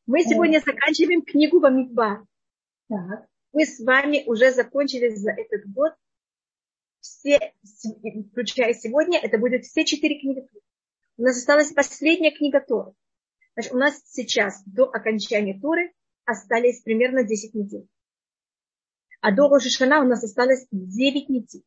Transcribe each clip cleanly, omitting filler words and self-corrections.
Мы сегодня заканчиваем книгу Бамидбар. Так. Мы с вами уже закончили за этот год все, включая сегодня, это будет все 4 книги Торы. У нас осталась последняя книга Торы. Значит, у нас сейчас до окончания Торы остались примерно 10 недель. А до Рош ха-Шана у нас осталось 9 недель.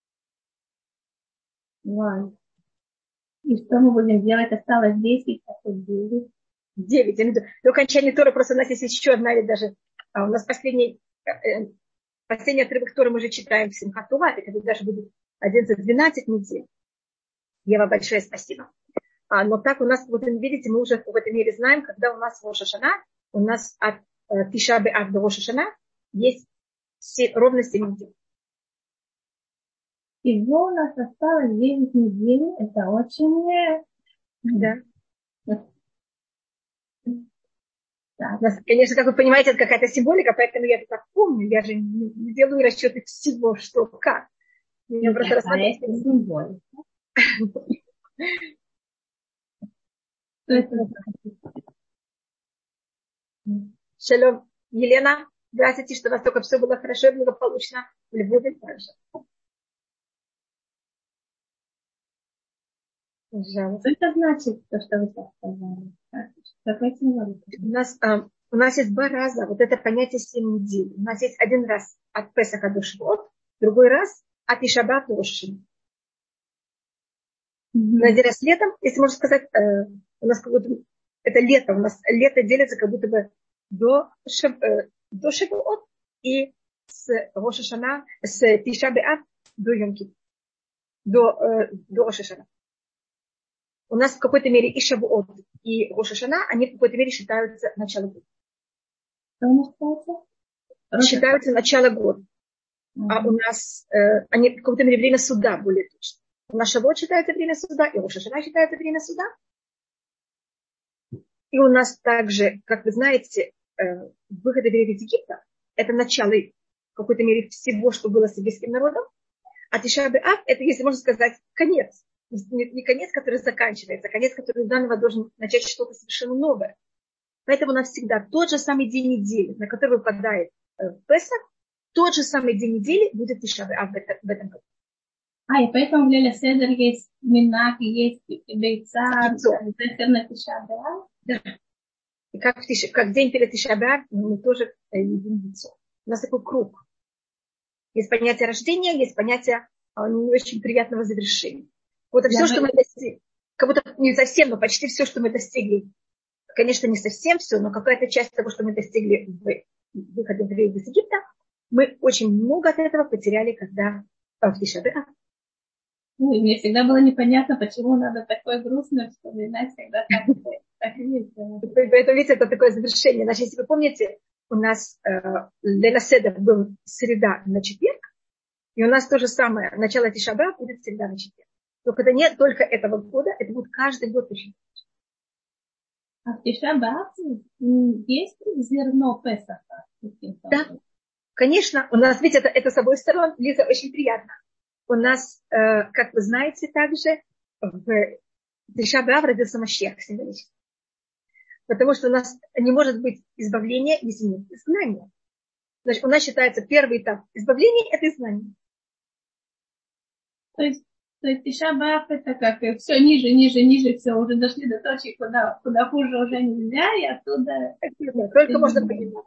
Вау. И что мы будем делать? Осталось 10, а тут 9. 9. До окончания Торы просто у нас есть еще одна, или даже у нас последний отрывок Торы мы уже читаем в Симхат Тора, это даже будет 11-12 недель. Ева, большое спасибо. Но так у нас, вот видите, мы уже в этой мере знаем, когда у нас Рош ха-Шана, у нас от Тиша б'Ав до Рош ха-Шана есть ровно 7 недель. Всего у нас осталось 9 недель. Это очень... Да. Так. Конечно, как вы понимаете, это какая-то символика, поэтому я это так помню. Я же не делаю расчеты всего, что, как. Я просто рассматриваю. Это символика. Шалом. Елена, здравствуйте, что у вас только все было хорошо и благополучно. В Львове также. Пожалуйста. Что это значит, то, что вы сейчас сказали? Какая символика? У нас есть 2 раза вот это понятие 7 недель. У нас есть один раз от Песаха до Швот, другой раз от Тиша б'Ав до Рош ха-Шана. На один раз летом, если можно сказать, у нас как будто это лето, у нас лето делится как будто бы до Шавуот и с Рош ха-Шана, с Тиша б'Ав до Йом-Кипур, до Рош ха-Шана. У нас в какой-то мере и Шавуот, и Рош ха-Шана, они в какой-то мере считаются начало года. Считаются начало года. А у нас они в какой-то мере время суда более точно. У нас Шавуот считается время суда, и Рош ха-Шана считается время суда. И у нас также, как вы знаете, выход из Египта – это начало в какой-то мере всего, что было с еврейским народом. А Тиша б'Ав – это, если можно сказать, конец. Не конец, который заканчивается, а конец, который заново должен начать что-то совершенно новое. Поэтому у нас всегда тот же самый день недели, на который выпадает Песах, тот же самый день недели будет Тиша б'Ав в этом году. И поэтому в Леля Седер есть минак, есть бейца, зехер на Тиша б'Ав. Да. И как день перед Тиша б'Ав мы тоже едим яйцо. У нас такой круг. Есть понятие рождения, есть понятие не очень приятного завершения. Вот все, что мы достигли, как будто не совсем, но почти все, что мы достигли, конечно, не совсем все, но какая-то часть того, что мы достигли в выходе из Египта, мы очень много от этого потеряли, когда в Тиша б'Ав. Мне всегда было непонятно, почему надо такое грустное вспоминать, когда так весело. Поэтому, видите, это такое завершение. Значит, если вы помните, у нас Леля Седер был среда на четверг, и у нас то же самое. Начало Тиша б'Ав будет всегда на четверг. Только это не только этого года, это будет каждый год еще. А в Тиша б'Ав есть зерно Песаха? Да, конечно. У нас, видите, это с обоих сторон, Лиза, очень приятно. У нас, как вы знаете, также в Тиша б'Ав родился Машиах символически. Потому что у нас не может быть избавления, если нет изгнания. Значит, у нас считается первый этап избавления – это изгнание. То есть Тиша б'Ав это как все ниже, все уже дошли до точки, куда хуже уже нельзя, и оттуда... Только можно подниматься.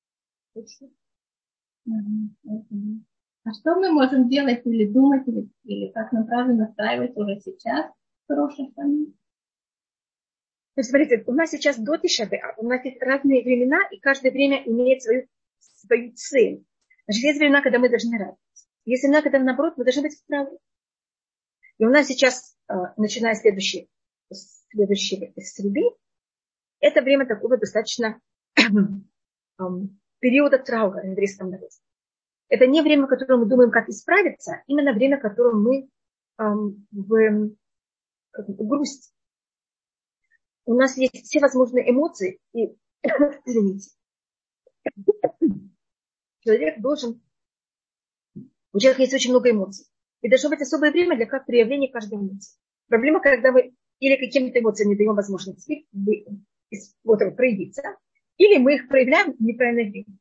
А что мы можем делать или думать, или как нам правильно настраивать уже сейчас в Рош ха-Шана? Смотрите, у нас сейчас до Тиша б'Ав, у нас есть разные времена, и каждое время имеет свою цель. Значит, есть времена, когда мы должны радоваться. Есть времена, когда, наоборот, мы должны быть в трауре. И у нас сейчас, начиная с следующей среды, это время такого достаточно периода траура в еврейском народе. Это не время, в котором мы думаем, как исправиться, именно время, в котором мы в грусти. У нас есть все возможные эмоции, и, извините, у человека есть очень много эмоций. И должно быть особое время для проявления каждой эмоции. Проблема, когда мы или каким-то эмоциям не даем возможность проявиться, или мы их проявляем в неправильное время.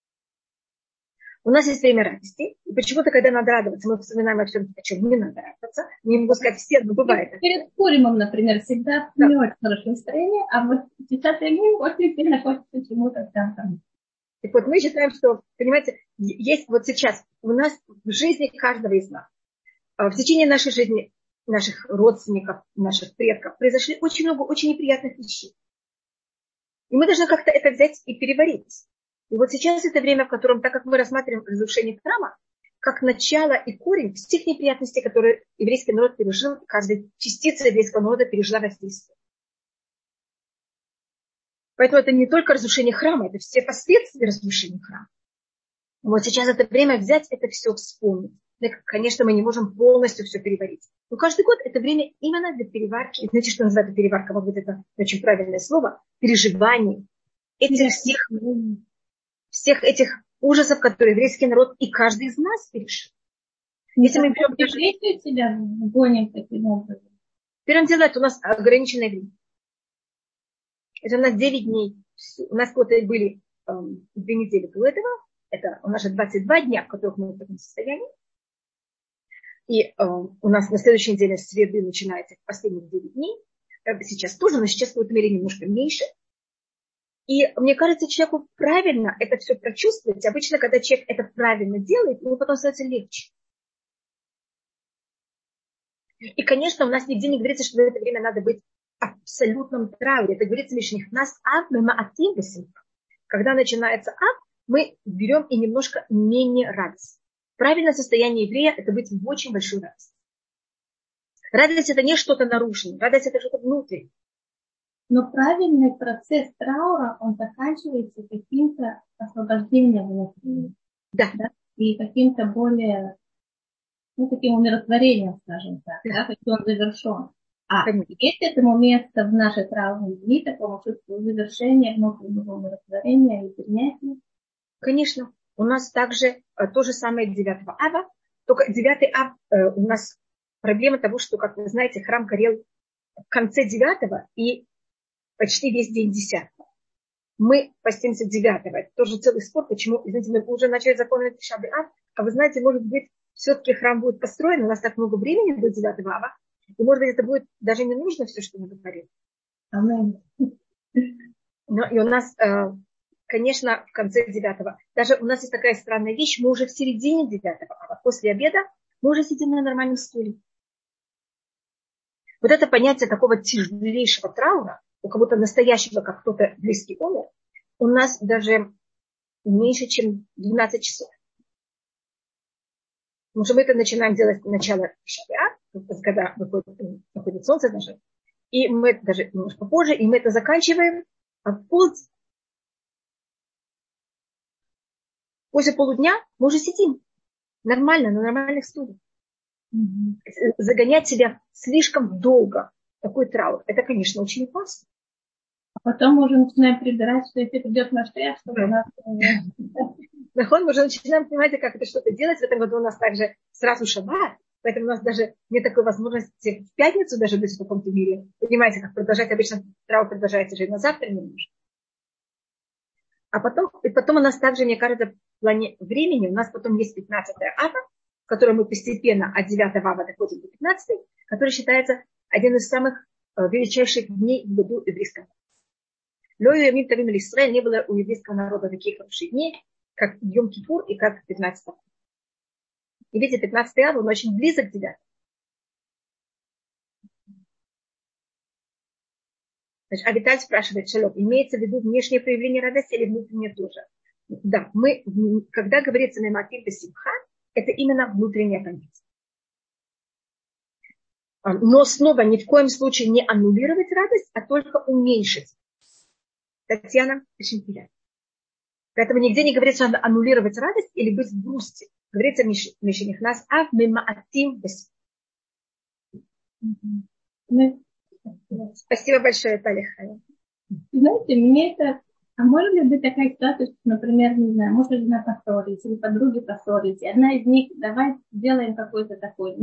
У нас есть время радости, и почему-то, когда надо радоваться, мы вспоминаем о чем не надо радоваться. Не могу сказать все, но бывает. Перед Пуримом, например, всегда не очень хорошее настроение, а вот сейчас я очень сильно хочется чему-то там. Так вот, мы считаем, что, понимаете, есть вот сейчас у нас в жизни каждого из нас, в течение нашей жизни, наших родственников, наших предков, произошли очень много очень неприятных вещей. И мы должны как-то это взять и переварить. И вот сейчас это время, в котором, так как мы рассматриваем разрушение храма, как начало и корень всех неприятностей, которые еврейский народ пережил, каждая частица еврейского народа пережила воздействие. Поэтому это не только разрушение храма, это все последствия разрушения храма. Вот сейчас это время взять это все вспомнить. Конечно, мы не можем полностью все переварить. Но каждый год это время именно для переварки. Знаете, что называется переварка? Вот это очень правильное слово. Переживаний. Этих всех этих ужасов, которые еврейский народ и каждый из нас пережил. Если мы берем себя гоним таким образом. Первым делом, это у нас ограниченное время. Это у нас 9 дней. У нас вот были 2 недели до этого. Это у нас же 22 дня, в которых мы в таком состоянии. И у нас на следующей неделе с среды начинается последних 9 дней. Сейчас тоже, но сейчас в какой-то мере немножко меньше. И мне кажется, человеку правильно это все прочувствовать. Обычно, когда человек это правильно делает, ему потом становится легче. И, конечно, у нас нигде не говорится, что в это время надо быть в абсолютном трауре. Это говорится лишних нас когда начинается мы берем и немножко менее радость. Правильное состояние еврея – это быть в очень большой радости. Радость – это не что-то нарушенное. Радость – это что-то внутреннее. Но правильный процесс траура, он заканчивается каким-то освобождением внутренним. Да. И каким-то более, таким умиротворением, скажем так, когда он завершен. Есть этому место в нашей траурной дни, такому чувству завершения, внутреннего умиротворения и принятия? Конечно. У нас также то же самое 9 ава, только 9 ав у нас проблема того, что, как вы знаете, храм горел в конце 9 и почти весь день 10. Мы постимся 9. Это тоже целый спор, почему, извините, мы уже начали законы Тиша б'Ав, а вы знаете, может быть, все-таки храм будет построен, у нас так много времени до 9 ава, и, может быть, это будет даже не нужно все, что мы говорим. Аминь. Но и у нас, конечно, в конце 9, даже у нас есть такая странная вещь, мы уже в середине 9 ава, после обеда мы уже сидим на нормальном стуле. Вот это понятие такого тяжелейшего траура, у кого-то настоящего, как кто-то близкий умер, у нас даже меньше, чем 12 часов. Потому что мы это начинаем делать с начала шаббата, когда выходит солнце даже, и мы даже немножко позже, и мы это заканчиваем в полдень. После полудня мы уже сидим нормально, на нормальных стульях. Загонять себя слишком долго в такой траур, это, конечно, очень опасно. А потом мы уже начинаем прибирать, что если придет Машиах, чтобы у нас... Мы уже начинаем, понимаете, как это что-то делать. В этом году у нас также сразу шаббат, поэтому у нас даже нет такой возможности в пятницу даже быть в каком-то мире. Понимаете, как продолжать, обычно траур продолжается же и на завтра немножко. А потом у нас также, мне кажется, в плане времени, у нас потом есть 15 ава, в котором мы постепенно от 9 ава доходим до 15, который считается один из самых величайших дней в году еврейского. Не было у еврейского народа таких хороших дней, как Йом-Кипур и как 15 ава. И видите, 15 ава, он очень близок к 9. Значит, Авиталь спрашивает, Шалом, имеется в виду внешнее проявление радости или внутреннее тоже? Да, когда говорится «Мематир бе-симха», это именно внутреннее понятие. Но снова ни в коем случае не аннулировать радость, а только уменьшить. Татьяна, очень приятно. Поэтому нигде не говорится, что надо аннулировать радость или быть в грусти. Говорится «Мишених нас ав мемаатим бе-симха». Спасибо большое, Таля Хая. Знаете, мне это... А может ли быть такая ситуация, что, например, не знаю, может жена поссорилась, или подруги поссорились, и одна из них, давай сделаем какое-то такое,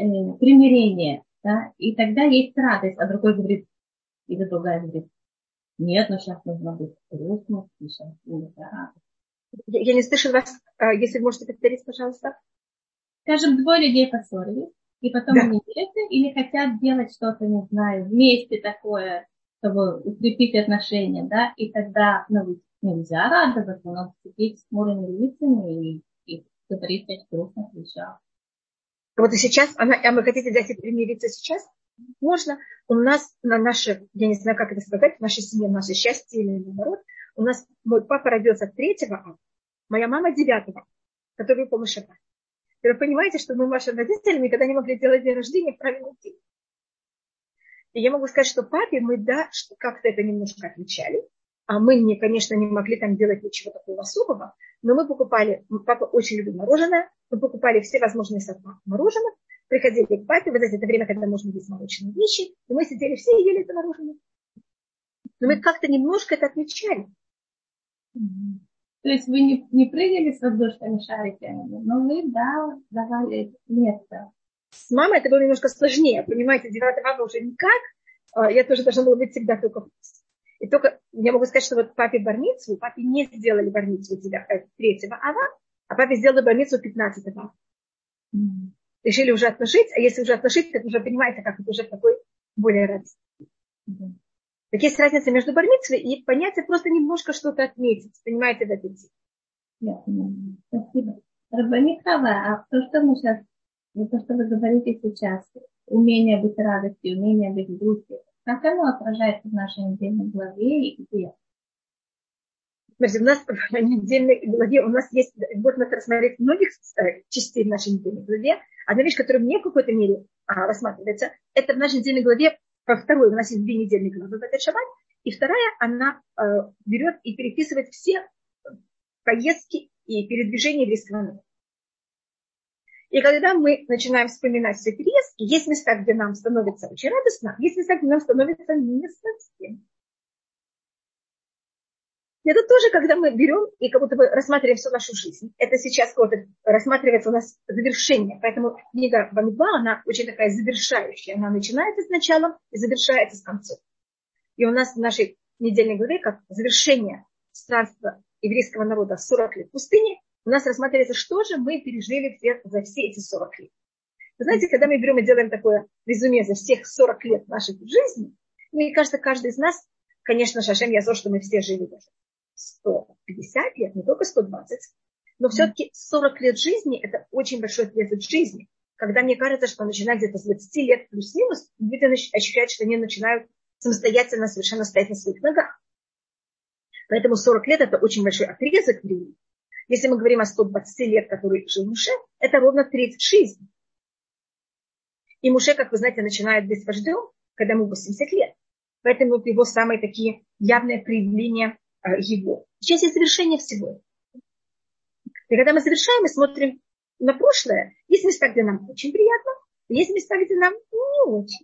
примирение, да, и тогда есть радость, а другой говорит, или другая говорит, Нет, но сейчас нужно быть грустным, сейчас будет рада. Я не слышу вас, если можете повторить, пожалуйста. Скажем, двое людей поссорились, и потом они мирятся или хотят делать что-то, не знаю, вместе такое, чтобы укрепить отношения, да, и тогда, нельзя радоваться, но сидеть с хмурыми лицами и говорить о грустных вещах. Вот и сейчас, вы хотите взять и примириться сейчас? Можно. У нас на наше, я не знаю, как это сказать, в нашей семье, в наше счастье или наоборот, у нас мой папа родился 3-го ава, моя мама 9-го, который выпал на шаббат. И вы понимаете, что мы вашим родителям никогда не могли делать день рождения в правильный день. И я могу сказать, что папе мы, да, как-то это немножко отмечали. А мы, конечно, не могли там делать ничего такого особого. Но мы покупали, папа очень любит мороженое, мы покупали все возможные сорта мороженого, приходили к папе, вот это время, когда можно есть молочные вещи, и мы сидели все и ели это мороженое. Но мы как-то немножко это отмечали. То есть вы не прыгали с воздушными шариками, но вы, да, давали место. С мамой это было немножко сложнее, понимаете, 9 ава уже никак, я тоже должна была быть всегда только вкус. И только, я могу сказать, что вот папе бармицу, папе не сделали бармицу 3 ава, а папе сделали бармицу 15 ава. Решили уже отношить, а если уже отношить, то уже понимаете, как это уже такой более радость. Так есть разница между бармицвой и понятие просто немножко что-то отметить, понимаете, в этой теме. Спасибо. Рабанит Хава, а то, что мы сейчас, то, что вы говорите сейчас, умение быть радостью, умение быть грустью, как оно отражается в нашей недельной главе и где? Смотрите, у нас в недельной главе, у нас есть, можно рассмотреть многих частей в нашей недельной главе. Одна вещь, которая мне в какой-то мере рассматривается, это в нашей недельной главе, по второй, у нас есть 2 недельные главы в этот шаббат, и вторая, она берет и переписывает все поездки и передвижения еврейского народа. И когда мы начинаем вспоминать все переездки, есть места, где нам становится очень радостно, есть места, где нам становится не совсем. Это тоже, когда мы берем и как будто бы рассматриваем всю нашу жизнь. Это сейчас рассматривается у нас завершение. Поэтому книга Бамидбар, она очень такая завершающая. Она начинается с началом и завершается с концом. И у нас в нашей недельной главе, как завершение странства еврейского народа 40 лет в пустыне, у нас рассматривается, что же мы пережили за все эти 40 лет. Вы знаете, когда мы берем и делаем такое резюме за всех 40 лет нашей жизни, мне кажется, каждый из нас, конечно же, Ашем Язор, что мы все жили даже 150 лет, не только 120, но все-таки 40 лет жизни – это очень большой отрезок жизни. Когда мне кажется, что начиная где-то с 20 лет плюс-минус, люди ощущают, что они начинают самостоятельно совершенно стоять на своих ногах. Поэтому 40 лет – это очень большой отрезок времени. Если мы говорим о 120 лет, который жил Муше, это ровно треть жизни. И Муше, как вы знаете, начинает быть вождем, когда ему 80 лет. Поэтому вот его самые такие явные проявления его. Сейчас есть завершение всего. И когда мы завершаем, мы смотрим на прошлое. Есть места, где нам очень приятно, есть места, где нам не очень.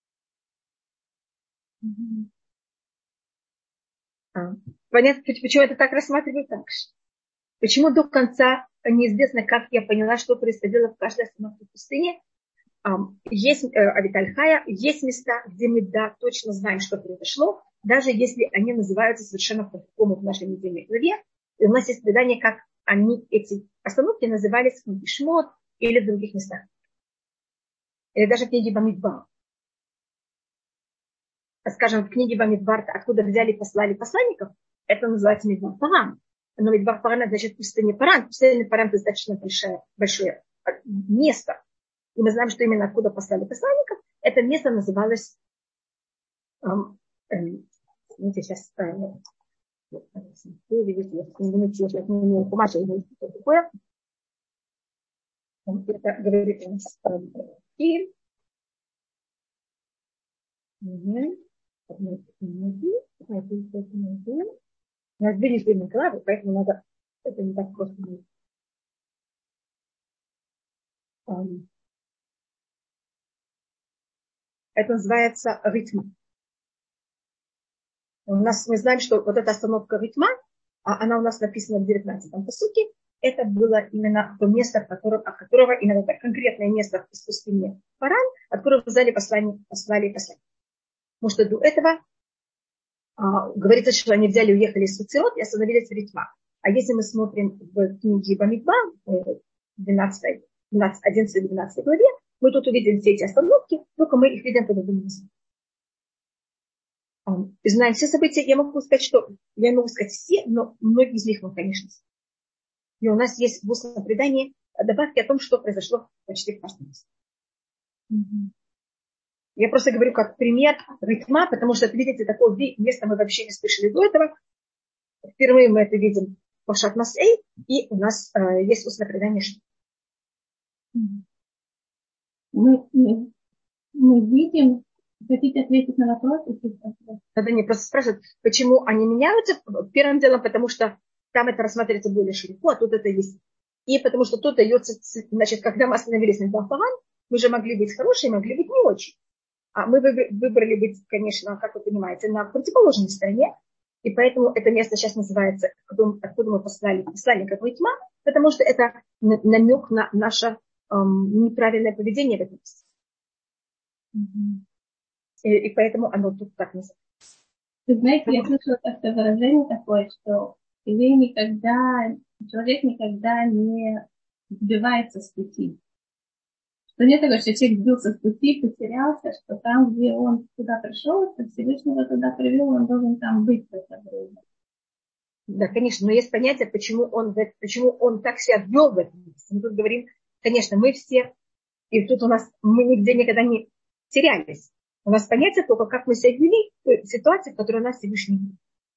Понятно, почему это так рассматриваю так же. Почему до конца неизвестно, как я поняла, что происходило в каждой остановке в пустыне. Есть Авиталь-Хая, есть места, где мы, да, точно знаем, что произошло, даже если они называются совершенно по-другому в нашей недельной главе. И у нас есть предание, как они, эти остановки, назывались в книге Шмот или в других местах. Или даже в книге Бамидбар. Скажем, в книге Бамидбар, откуда взяли и послали посланников, это называется Мидбар Паран. Но Мидбар Паран, значит, пустыня Паран. Пустыня Паран достаточно большое место. И мы знаем, что именно откуда послали посланников. Это место называлось... Видите, сейчас... Видите, я не думаю, что я не имею кумача, что такое. Это говорит у нас... И... У нас 2 недельные главы, поэтому надо... Это не так просто. Это называется ритм. Мы знаем, что вот эта остановка ритма, она у нас написана в 19-м пасуке. Это было именно то место, от которого именно это конкретное место в пустыне Паран, от которого взяли послали. Потому что до этого говорится, что они взяли, уехали из Суцерот и остановились в Ритма. А если мы смотрим в книге Бамидбар, 11-12 главе, мы тут увидим все эти остановки, только мы их видим по-другому. И знаем все события, я могу сказать все, но многие из них мы, конечно, знаем. И у нас есть в устном предании добавки о том, что произошло почти в каждом месте. Я просто говорю как пример Ритма, потому что, видите, такое место мы вообще не слышали до этого. Впервые мы это видим в Пашат Масей, и у нас есть устное предание. Мы видим, хотите ответить на вопрос? Тогда они просто спрашивают, почему они меняются. Первым делом, потому что там это рассматривается более широко, а тут это есть. И потому что тут дается, значит, когда мы остановились на Бахтаван, мы же могли быть хорошие, могли быть не очень. А мы выбрали быть, конечно, как вы понимаете, на противоположной стороне. И поэтому это место сейчас называется, откуда мы послали посланника Ритма, потому что это намек на наше неправильное поведение в этом месте. И поэтому оно тут так называется. Вы знаете, я слышала как-то выражение такое, что человек никогда не сбивается с пути. Что нет такого, что человек сбился с пути, потерялся, что там, где он туда пришел, что Всевышнего туда привел, он должен там быть в это время. Да, конечно, но есть понятие, почему он так себя ввел в этом месте. Мы тут говорим, конечно, мы все, и тут мы нигде никогда не терялись. У нас понятие только, как мы себя вели в ситуации, в которой у нас Всевышний вел.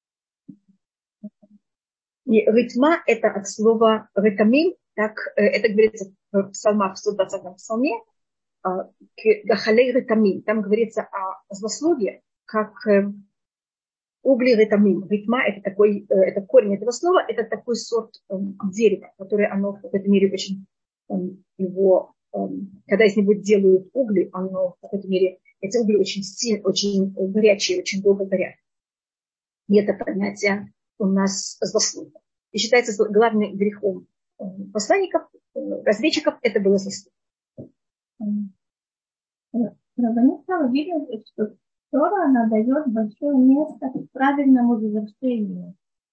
И ритма – это от слова ритамим, так это говорится в псалмах, в 120-м псалме, гахалей ритамим. Там говорится о злословии, как угли ритамим. Ритма – это корень этого слова, это такой сорт дерева, которое оно в какой-то мере очень когда из него делают угли, оно в какой-то мере, эти угли очень сильные, очень горячие, очень долго горят. И это понятие у нас злословие. И считается главным грехом посланников, разведчиков, это было злословие. Раввинистам видно, что Тора, она дает большое место к правильному завершению.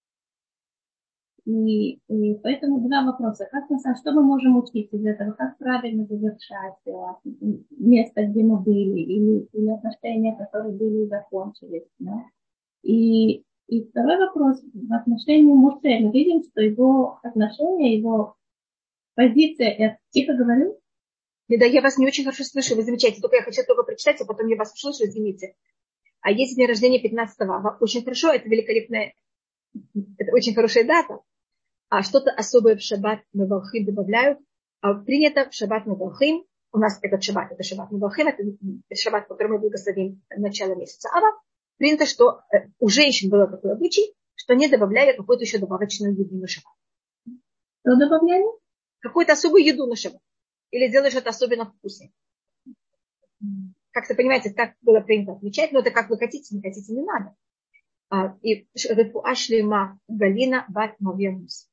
И поэтому два вопроса. Что мы можем учить из этого? Как правильно завершать место, где мы были, или отношения, которые были и закончились. Да? И второй вопрос в отношении Моше. Мы видим, что его отношения, его позиция, я тихо говорю? Да, я вас не очень хорошо слышу, вы замечаете. Только я хочу прочитать, а потом я вас услышу, извините. А есть день рождения 15-го. Очень хорошо, это великолепная, это очень хорошая дата. А что-то особое в шаббат Мевалхим добавляют. Принято в шаббат Мевалхим. У нас этот шаббат, это шаббат Мевалхим, это шаббат, который мы благословим начало месяца Ава. Принято, что у женщин был такой обычай, что они добавляли какую-то еще добавочную еду на шаббат. Что добавляли? Какую-то особую еду на шаббат. Или делаешь это особенно вкусно. Как-то, понимаете, так было принято отмечать, но это как вы хотите, не хотите, не надо. И рефуа шлема Галина бат Мавья Муса.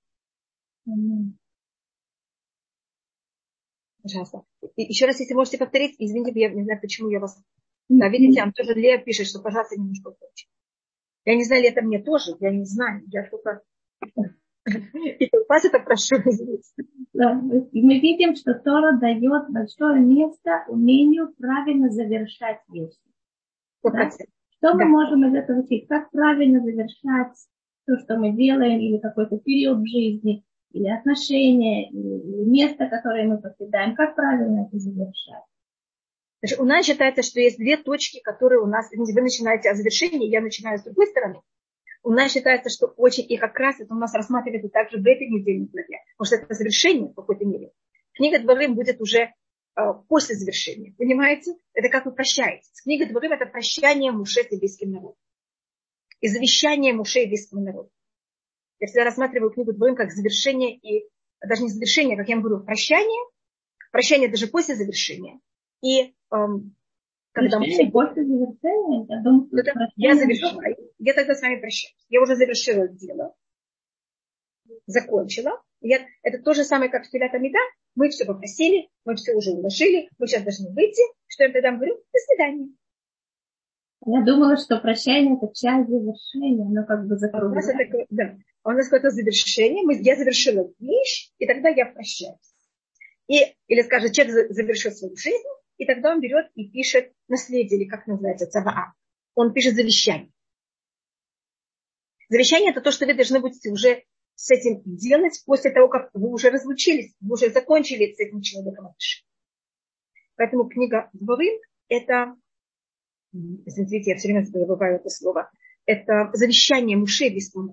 Пожалуйста. И еще раз, если можете повторить, извините, я не знаю, почему я вас... Да, видите, там тоже Лея пишет, что, пожалуйста, немножко позже. Я не знаю, ли это мне тоже, я не знаю, я только... И вас это прошу, извините. Мы видим, что Тора дает большое место умению правильно завершать вещи. Да? Что мы можем из этого учить? Как правильно завершать то, что мы делаем, или какой-то период в жизни, или отношения, или место, которое мы покидаем. Как правильно это завершать? Значит, у нас считается, что есть две точки, которые у нас... Вы начинаете о завершении, я начинаю с другой стороны. У нас считается, что очень... И как раз это у нас рассматривается также в этой недельной главе. Потому что это завершение в какой-то мере. Книга Дворим будет уже после завершения. Понимаете? Это как вы прощаетесь. Книга Дворим – это прощание Моше с еврейским народом. И завещание Моше еврейскому народу. Я всегда рассматриваю книгу Дворим как завершение, и даже не завершение, как я вам говорю, прощание. Прощание даже после завершения. И когда Моше... После завершения? Я думаю, я завершаю. Я тогда с вами прощаюсь. Я уже завершила дело. Закончила. Это то же самое, как в Тфилат Амида. Мы все попросили, мы все уже уложили, мы сейчас должны выйти. Что я тогда говорю? До свидания. Я думала, что прощание – это часть завершения, но как бы закругляется. Да. У нас какое-то завершение, я завершила вещь, и тогда я прощаюсь. Или, скажем, человек завершил свою жизнь, и тогда он берет и пишет наследие, или как называется, цаваа. Он пишет завещание. Завещание – это то, что вы должны будете уже с этим делать после того, как вы уже разлучились, вы уже закончили с этим человеком отношения. Поэтому книга Дворим – это, извините, я все время забываю это слово, это завещание Моше Беслума.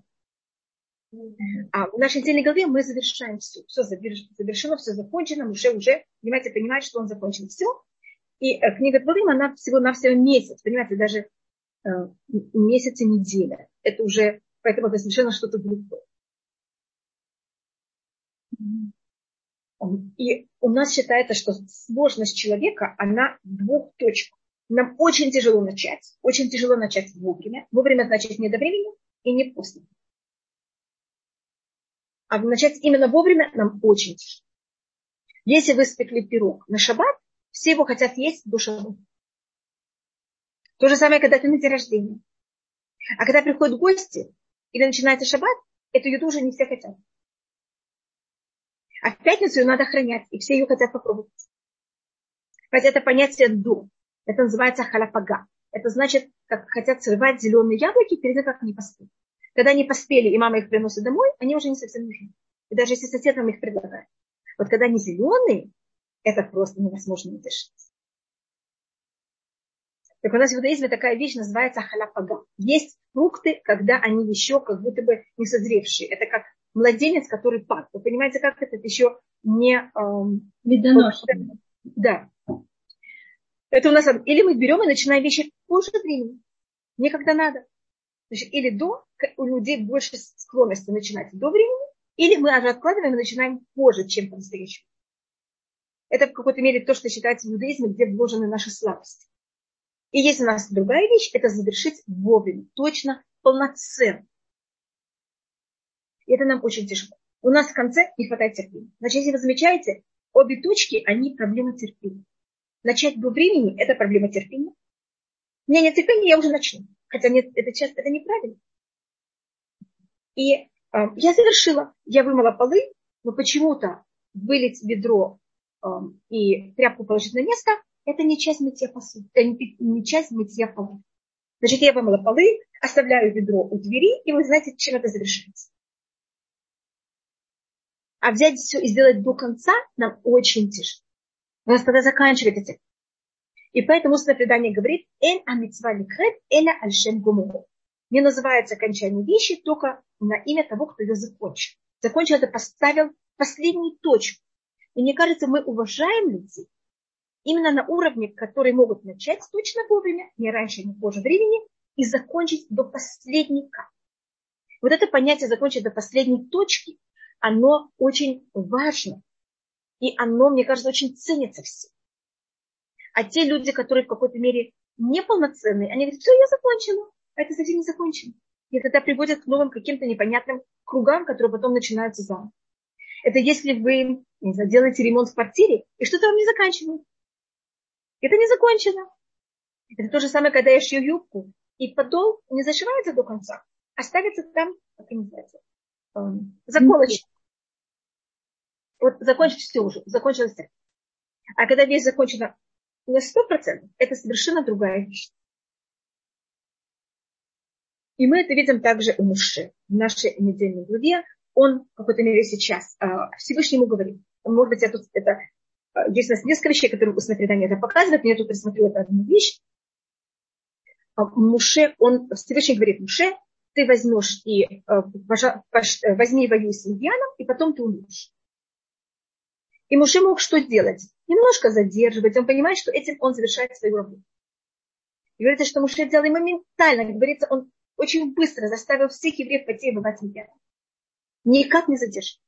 А в нашей недельной главе мы завершаем все. Все завершено, все закончено. Моше уже, понимаете, понимает, что он закончил все. И книга Дворим, она всего-навсего месяц. Понимаете, даже месяц и неделя. Это уже, поэтому это совершенно что-то другое. И у нас считается, что сложность человека, она в двух точках. Нам очень тяжело начать вовремя. Вовремя значит не до времени и не после. А начать именно вовремя нам очень тяжело. Если вы спекли пирог на шаббат, все его хотят есть до шаббата. То же самое, когда ты на день рождения. А когда приходят гости, или начинается шаббат, эту еду уже не все хотят. А в пятницу ее надо охранять, и все ее хотят попробовать. Хотя это понятие «до». Это называется халяпага. Это значит, как хотят срывать зеленые яблоки перед тем, как они поспели. Когда они поспели, и мама их приносит домой, они уже не совсем нужны. И даже если сосед вам их предлагает. Вот когда они зеленые, это просто невозможно не держать. Так у нас в иудаизме такая вещь называется халяпага. Есть фрукты, когда они еще как будто бы не созревшие. Это как младенец, который пад. Вы понимаете, как это еще не... Медоношенный. Да. Это у нас... Или мы берем и начинаем вещи позже времени. Не когда надо. Значит, или до, у людей больше склонности начинать до времени, или мы откладываем и начинаем позже, чем по-настоящему. Это в какой-то мере то, что считается в иудаизме, где вложены наши слабости. И есть у нас другая вещь, это завершить вовремя, точно, полноценно. И это нам очень тяжело. У нас в конце не хватает терпения. Значит, если вы замечаете, обе точки, они проблема терпения. Начать до времени – это проблема терпения. У меня нет терпения, я уже начну. Хотя нет, это неправильно. И я завершила, я вымыла полы, но почему-то вылить ведро и тряпку положить на место – это не часть мытья посуды, это не часть мытья полов. Значит, я вымыла полы, оставляю ведро у двери, и вы знаете, чем это завершается. А взять все и сделать до конца нам очень тяжело. У нас тогда заканчивается. И поэтому устное предание говорит, «Эн амитсва ликрет, эля альшем гумуру». Не называется окончание вещи только на имя того, кто ее закончил. Закончил это, поставил последнюю точку. И мне кажется, мы уважаем людей именно на уровне, которые могут начать точно вовремя, не раньше, не позже времени, и закончить до последней капли. Вот это понятие закончить до последней точки, оно очень важно. И оно, мне кажется, очень ценится всем. А те люди, которые в какой-то мере неполноценные, они говорят, все, я закончила. А это совсем не закончено. И тогда приводят к новым каким-то непонятным кругам, которые потом начинаются заново. Это если вы, не знаю, делаете ремонт в квартире, и что-то вам не заканчивают. Это не закончено. Это то же самое, когда я шью юбку, и подол не зашивается до конца, а ставится там, как это называется, заколочка. Вот закончить все уже, закончилось так. А когда вещь закончена на 100%, это совершенно другая вещь. И мы это видим также у Моше. В нашей недельной главе он в какой-то мере сейчас Всевышнему говорит. Может быть, есть у нас несколько вещей, которые устное предание это показывает, но я тут рассмотрю эту одну вещь. Всевышний говорит Моше, ты возьмешь и возьми и воюй с Мидьяном, и потом ты умрешь. И Моше мог что сделать? Немножко задерживать. Он понимает, что этим он завершает свою работу. И говорится, что Моше делал и моментально, как говорится, он очень быстро заставил всех евреев пойти и воевать с Мидьяном. Никак не задерживал.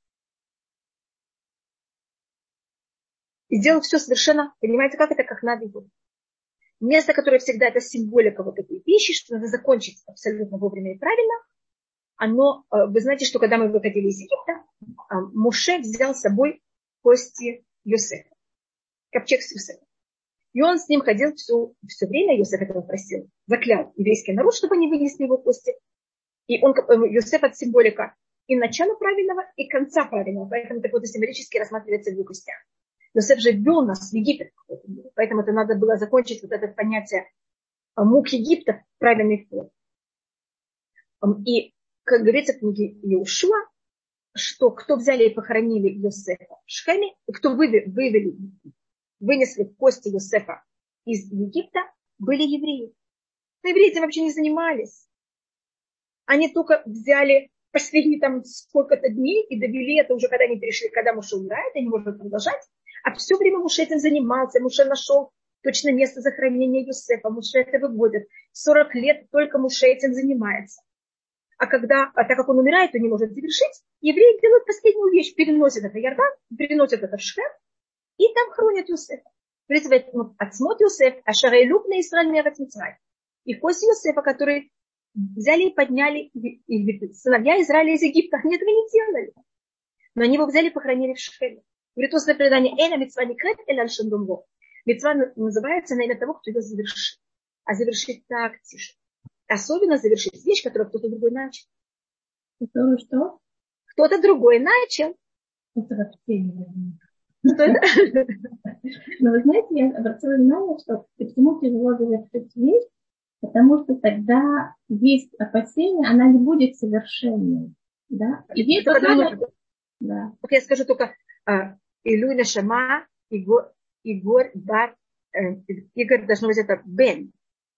И сделал все совершенно, понимаете, как это, как надо его. Место, которое всегда это символика вот этой вещи, что надо закончить абсолютно вовремя и правильно, оно, вы знаете, что когда мы выходили из Египта, Моше взял с собой кости Йосефа, ковчег с Йосефом. И он с ним ходил все время, Йосеф этого просил, заклял еврейский народ, чтобы они вынесли его кости. И он, Йосеф, это символика и начала правильного, и конца правильного. Поэтому так вот символически рассматривается в двух костях. Йосеф же ввел нас в Египет. Поэтому это надо было закончить вот это понятие мук Египта в правильный вход. И, как говорится в книге Иошуа, что кто взяли и похоронили Йосефа в Шхеме, кто вынесли кости Йосефа из Египта, были евреи. Но евреи этим вообще не занимались. Они только взяли, пошли там сколько-то дней и довели это уже, когда они перешли, когда Моше умирает, они могут продолжать. А все время Моше этим занимался. Моше нашел точно место захоронения Йосефа. Моше это выводит. 40 лет только Моше этим занимается. Так как он умирает, он не может завершить, евреи делают последнюю вещь, переносят это в Иордан, переносят это в Шхем, и там хоронят Йосефа. Отсмот Йосеф, Ашарей Люк на Исраэль Мерец Мицрай. И кость Йосефа, которые взяли и подняли и сыновья Израиля из Египта, они этого не делали. Но они его взяли и похоронили в Шхеме. Говорит, устное предание, Эна мицва не крет, эль аль шендумбо. Мицва называется на имя того, кто ее завершит. А завершить так тише. Особенно завершить вещь, которую кто-то другой начал. Которую что? Кто-то другой начал. Это вообще не верно. Но вы знаете, я обратила внимание, что почему тяжело завершить вещь, потому что тогда есть опасение, она не будет совершенной. Да? И есть да. Я скажу только Илюй Нашама, Игорь Бар, Игорь должно быть это Бен.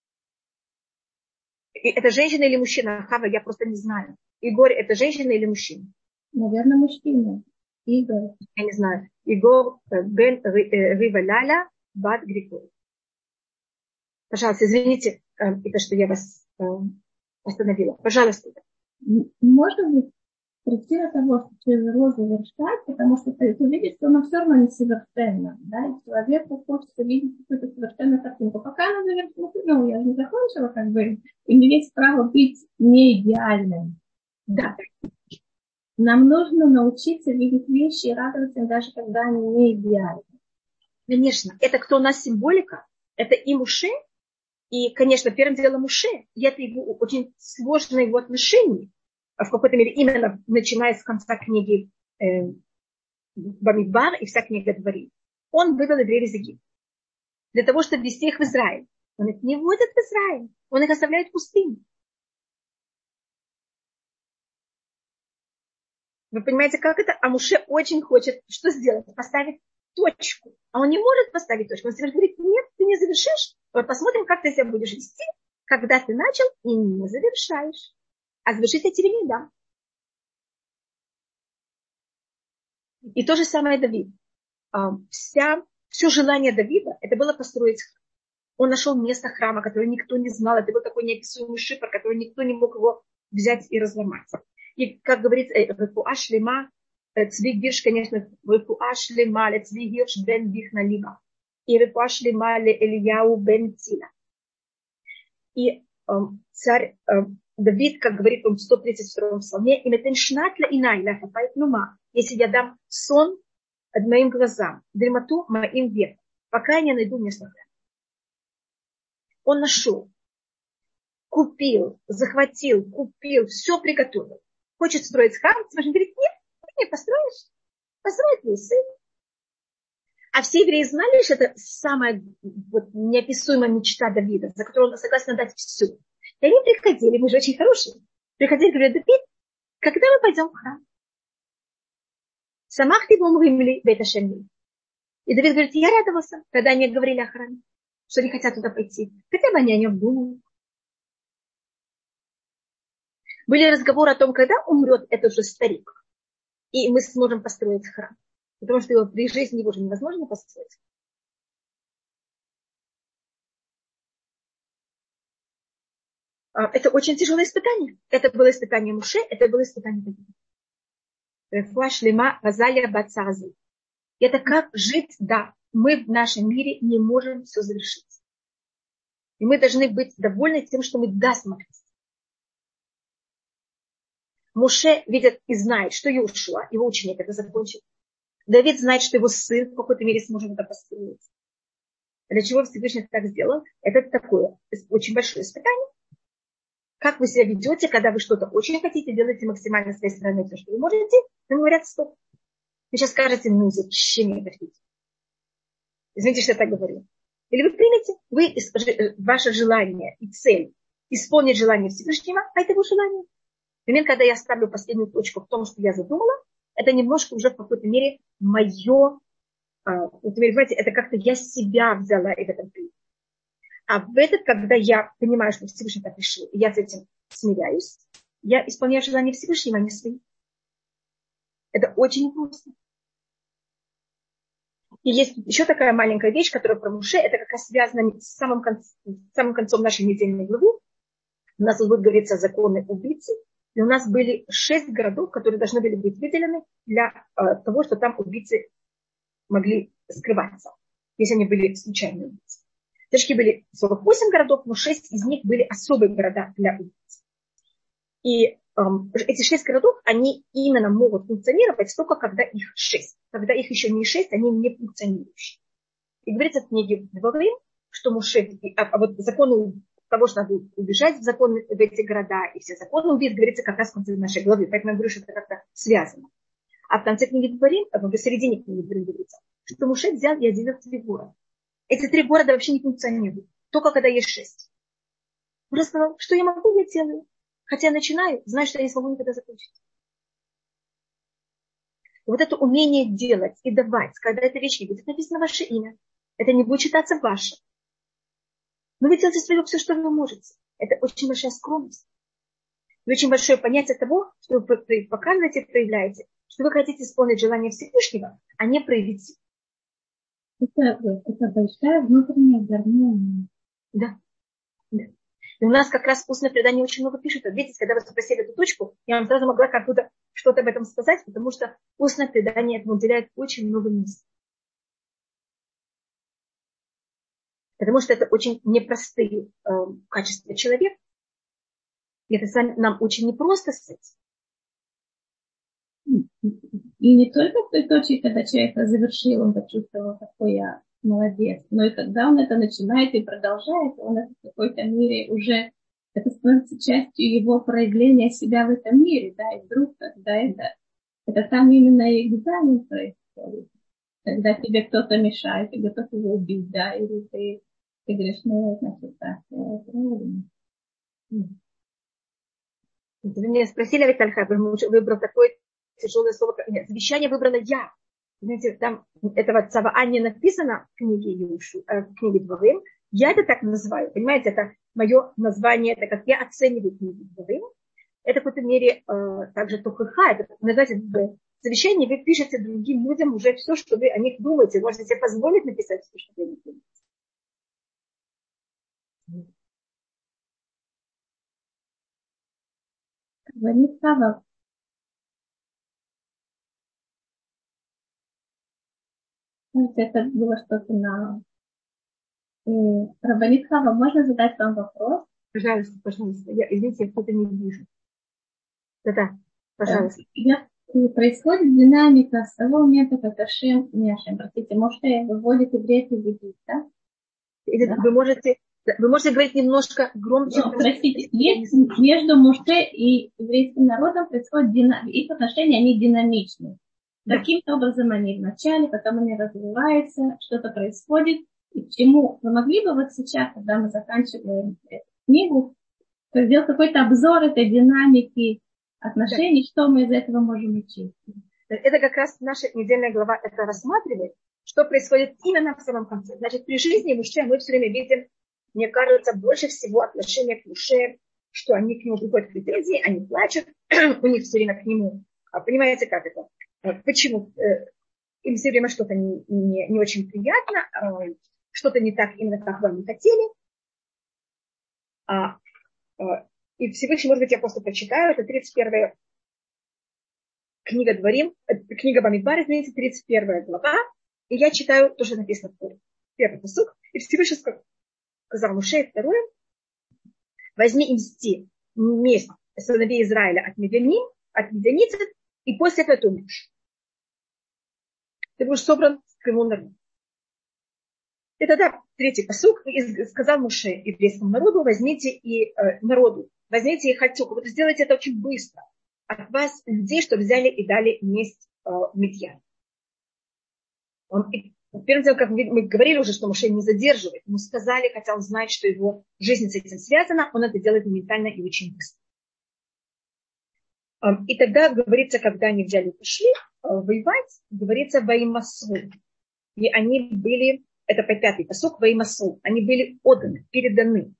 Это женщина или мужчина? Хава, я просто не знаю. Игорь, это женщина или мужчина? Наверное, мужчина. Игорь. Я не знаю. Игорь Бен Риваляля Бат Григорий. Пожалуйста, извините, это что я вас остановила. Пожалуйста. Можно ли прийти до того, что тяжело завершать, потому что ты увидишь, что оно все равно несовершенно. Да? И человеку хочется видеть какую-то совершенную картинку. Пока она завершена, я же не закончила, как бы, и не есть право быть не идеальным. Да. Нам нужно научиться видеть вещи и радоваться, даже когда они не идеальны. Конечно. Это кто у нас символика? Это и Моше, и, конечно, первым делом Моше. И это его очень сложное его отношение. В какой-то мере именно начиная с конца книги Бамидбар и вся книга Дворим. Он вывел евреев из Египта для того, чтобы ввести их в Израиль. Он их не вводит в Израиль, он их оставляет в пустыне. Вы понимаете, как это? А Моше очень хочет что сделать? Поставить точку. А он не может поставить точку. Он говорит, нет, ты не завершишь. Вот посмотрим, как ты себя будешь вести, когда ты начал и не завершаешь. А завершить я тебе не дам. И то же самое Давид. Все желание Давида, это было построить храм. Он нашел место храма, которое никто не знал. Это был такой неописуемый шифр, который никто не мог его взять и разломать. И, как говорится, Рефуа шлема, Цви Гирш, конечно, Рефуа шлема, Цви Гирш бен Бихна Либа. И Рефуа шлема ле Элияу бен Тила. И царь Давид, как говорит он в 132-м псалме, если я дам сон моим глазам, дремоту моим векам, пока я не найду место храма. Он нашел, купил, захватил, купил, все приготовил. Хочет строить храм, смотри, говорит, нет, ты не построишь, построит твой сын. А все евреи знали, что это самая неописуемая мечта Давида, за которую он согласен дать все. И они приходили, мы же очень хорошие, приходили, говорят, Давид, когда мы пойдем в храм? Самахти бумримли беташемли. И Давид говорит, я радовался, когда они говорили о храме, что они хотят туда пойти. Хотя бы они о нем думают. Были разговоры о том, когда умрет этот же старик, и мы сможем построить храм. Потому что его при жизни его же невозможно построить. Это очень тяжелое испытание. Это было испытание Моше, это было испытание Давида. Рефуа шлема вазалия бацази. Это как жить, да, мы в нашем мире не можем все завершить. И мы должны быть довольны тем, что мы смогли. Моше видит и знает, что Йошуа, его ученик, это закончит. Давид знает, что его сын в какой-то мере сможет это построить. Для чего Всевышний так сделал? Это такое очень большое испытание. Как вы себя ведете, когда вы что-то очень хотите, делаете максимально с своей стороны все, что вы можете, вам говорят, стоп. Вы сейчас скажете, ну зачем я это хотите? Извините, что я так говорю. Или вы примете, ваше желание и цель исполнить желание Всевышнего, а это его желание. Например, когда я ставлю последнюю точку в том, что я задумала, это немножко уже в какой-то мере мое, понимаете, это как-то я себя взяла и в этом приняла. А в этот, когда я понимаю, что Всевышний так решил, и я с этим смиряюсь, я исполняю желание Всевышнего, а не свои. Это очень просто. И есть еще такая маленькая вещь, которая про Моше, это как раз связано с самым концом нашей недельной главы. У нас будет говориться о законе убийцы. И у нас были 6 городов, которые должны были быть выделены для того, что там убийцы могли скрываться, если они были случайные убийцы. Точки были 48 городов, но 6 из них были особые города для убийц. И эти 6 городов, они именно могут функционировать только когда их 6. Когда их еще не 6, они не функционирующие. И говорится в книге Дворим, что Моше, вот законы того, что надо убежать в эти города, и все законы убийц, говорится как раз в конце нашей главы. Поэтому я говорю, что это как-то связано. А в конце книги Дворим, в середине книги Дворим говорится, что Моше взял и отделил 3 города. Эти 3 города вообще не функционируют. Только когда есть 6. Он сказал, что я могу, я делаю. Хотя я начинаю, знаю, что я не смогу никогда закончить. И вот это умение делать и давать, когда эта вещь не будет написано ваше имя, это не будет читаться ваше. Но вы делаете свое все, что вы можете. Это очень большая скромность. И очень большое понятие того, что вы показываете, проявляете, что вы хотите исполнить желание Всевышнего, а не проявить. Это большая внутренняя гармония. Да. И у нас как раз устное предание очень много пишет. Видите, когда вы спросили эту точку, я вам сразу могла как-то что-то об этом сказать, потому что устное предание этому уделяет очень много места. Потому что это очень непростые качества человека. И это нам очень непросто с этим. И не только в той точке, когда человек завершил, он почувствовал, какой я молодец, но и когда он это начинает и продолжает, он это в какой-то мере уже, это становится частью его проявления себя в этом мире, да, и вдруг, когда это там именно и экзамен происходит, когда тебе кто-то мешает, ты готов его убить, да, или ты говоришь, ну, значит, так, правильно. Вы меня спросили, Витальха, выбрал такое тяжелое слово. Нет, завещание выбрала я. Знаете, там этого цаваа не написано в книге в книге Дворим. Я это так называю. Понимаете, это мое название, это как я оцениваю книгу Дворим. Это в какой-то мере также тухаха. Это, знаете, в завещании вы пишете другим людям уже все, что вы о них думаете. Вы можете себе позволить написать все, что вы о них думаете. Говорит Хава. Это было что-то на... Рабанит Хава, можно задать вам вопрос? Пожалуйста, пожалуйста. Извините, я что-то не вижу. Да, пожалуйста. Происходит динамика с того момента, как Ашем, простите, Моше выводит евреев из Египта. Да? Вы можете говорить немножко громче. Простите, есть между Моше и еврейским народом происходит их отношения, они динамичны. Да. Каким-то образом они вначале, потом они развиваются, что-то происходит. И к чему вы могли бы вот сейчас, когда мы заканчиваем эту книгу, сделать какой-то обзор этой динамики отношений, что мы из этого можем учить? Это как раз наша недельная глава это рассматривает, что происходит именно в самом конце. Значит, при жизни Моше мы все время видим, мне кажется, больше всего отношения к Моше, что они к нему приходят в претензии, они плачут, у них все время к нему. Понимаете, как это? Почему? Им все время что-то не очень приятно, что-то не так, именно как вы не хотели. И Всевышний, может быть, я просто прочитаю, это 31-я книга Дворим, книга Бамидбар, извините, 31 глава, и я читаю то, что написано в Торе. Первый пасук, и Всевышний сказал Моше, второе, возьми и мсти месть сыновей Израиля от медианицев, и после этого ты умрешь. Ты будешь собран к его народу. И тогда третий пасук, и сказал Моше еврейскому народу, возьмите и хатюку, вот сделайте это очень быстро. От вас людей, что взяли и дали месть Мидьян. Первым делом, как мы говорили уже, что Моше не задерживает. Ему сказали, хотя он знает, что его жизнь с этим связана, он это делает моментально и очень быстро. И тогда говорится, когда они взяли и пошли воевать, говорится «Ваимасу». И они были, это по 5-й пасук, «Ваимасу». Они были отданы, переданы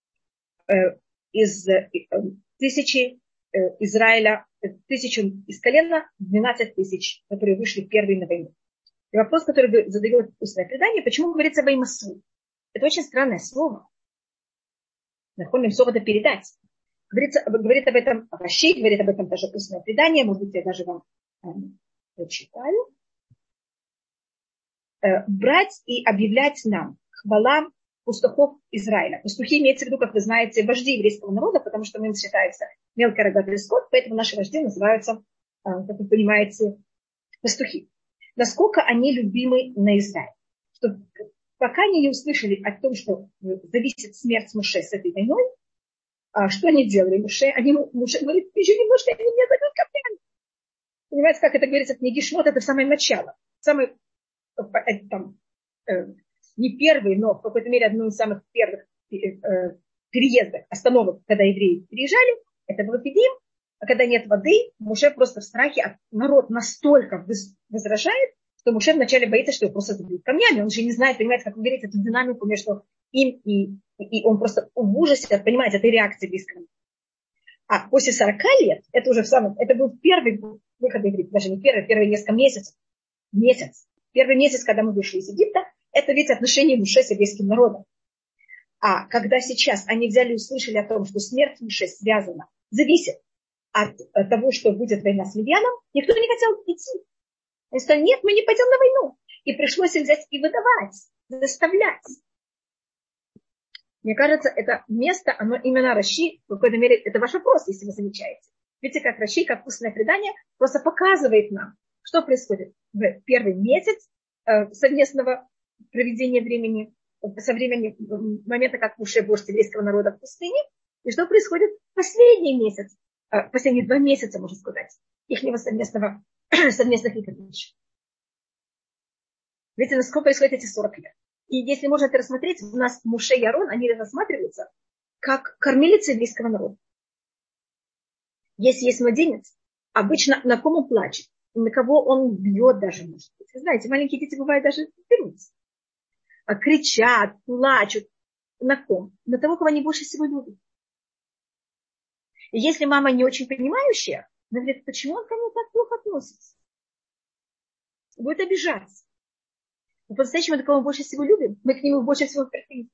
из тысячи Израиля, 1000 из колена, 12 тысяч, которые вышли первые на войну. И вопрос, который задает устное предание, почему говорится «Ваимасу». Это очень странное слово. Нахольным слово это передать. Говорит об этом Раши, говорит об этом даже устное предание, может быть, я даже вам прочитаю. Брать и объявлять нам хвала пастухов Израиля. Пастухи имеется в виду, как вы знаете, вожди еврейского народа, потому что мы считаемся мелкорогатый скот, поэтому наши вожди называются, как вы понимаете, пастухи. Насколько они любимы на Израиле. Что пока они не услышали о том, что зависит смерть Моше с этой войной, что они делали? Моше говорит, еще немножко, они меня забьют камнями. Понимаете, как это говорится в книге Шмот, это самое начало. Не первый, но в какой-то мере одно из самых первых переездов, остановок, когда евреи переезжали, это был Пидим, а когда нет воды, Моше просто в страхе, народ настолько возражает, что Моше вначале боится, что его просто забьют камнями, он же не знает, понимаете, как вы говорите, эту динамику между им и он просто в ужасе, понимаете, этой реакции близкой. А после 40 лет, это уже это был первый выход евреев, даже не первые несколько месяцев. Первый месяц, когда мы вышли из Египта, это ведь отношения Моше с еврейским народом. А когда сейчас они взяли и услышали о том, что смерть Моше связана, зависит от того, что будет война с Мидьяном, никто не хотел идти. Они сказали, нет, мы не пойдем на войну. И пришлось их взять и выдавать, заставлять. Мне кажется, это место, оно именно Раши, в какой-то мере, это ваш вопрос, если вы замечаете. Видите, как Раши, как устное предание, просто показывает нам, что происходит в первый месяц совместного проведения времени, со времени момента, как Моше вождь еврейского народа в пустыне, и что происходит в последний месяц, последние 2 месяца, можно сказать, ихнего совместных игрищ. Видите, насколько происходит эти 40 лет. И если можно это рассмотреть, у нас Моше и Арон, они рассматриваются как кормилицы еврейского народа. Если есть младенец, обычно на ком он плачет, на кого он бьет даже, может быть. Вы знаете, маленькие дети бывают даже берутся. Кричат, плачут. На ком? На того, кого они больше всего любят. И если мама не очень понимающая, она говорит, почему он ко мне так плохо относится? Будет обижаться. Но по-настоящему, до кого мы больше всего любим, мы к нему больше всего претензий.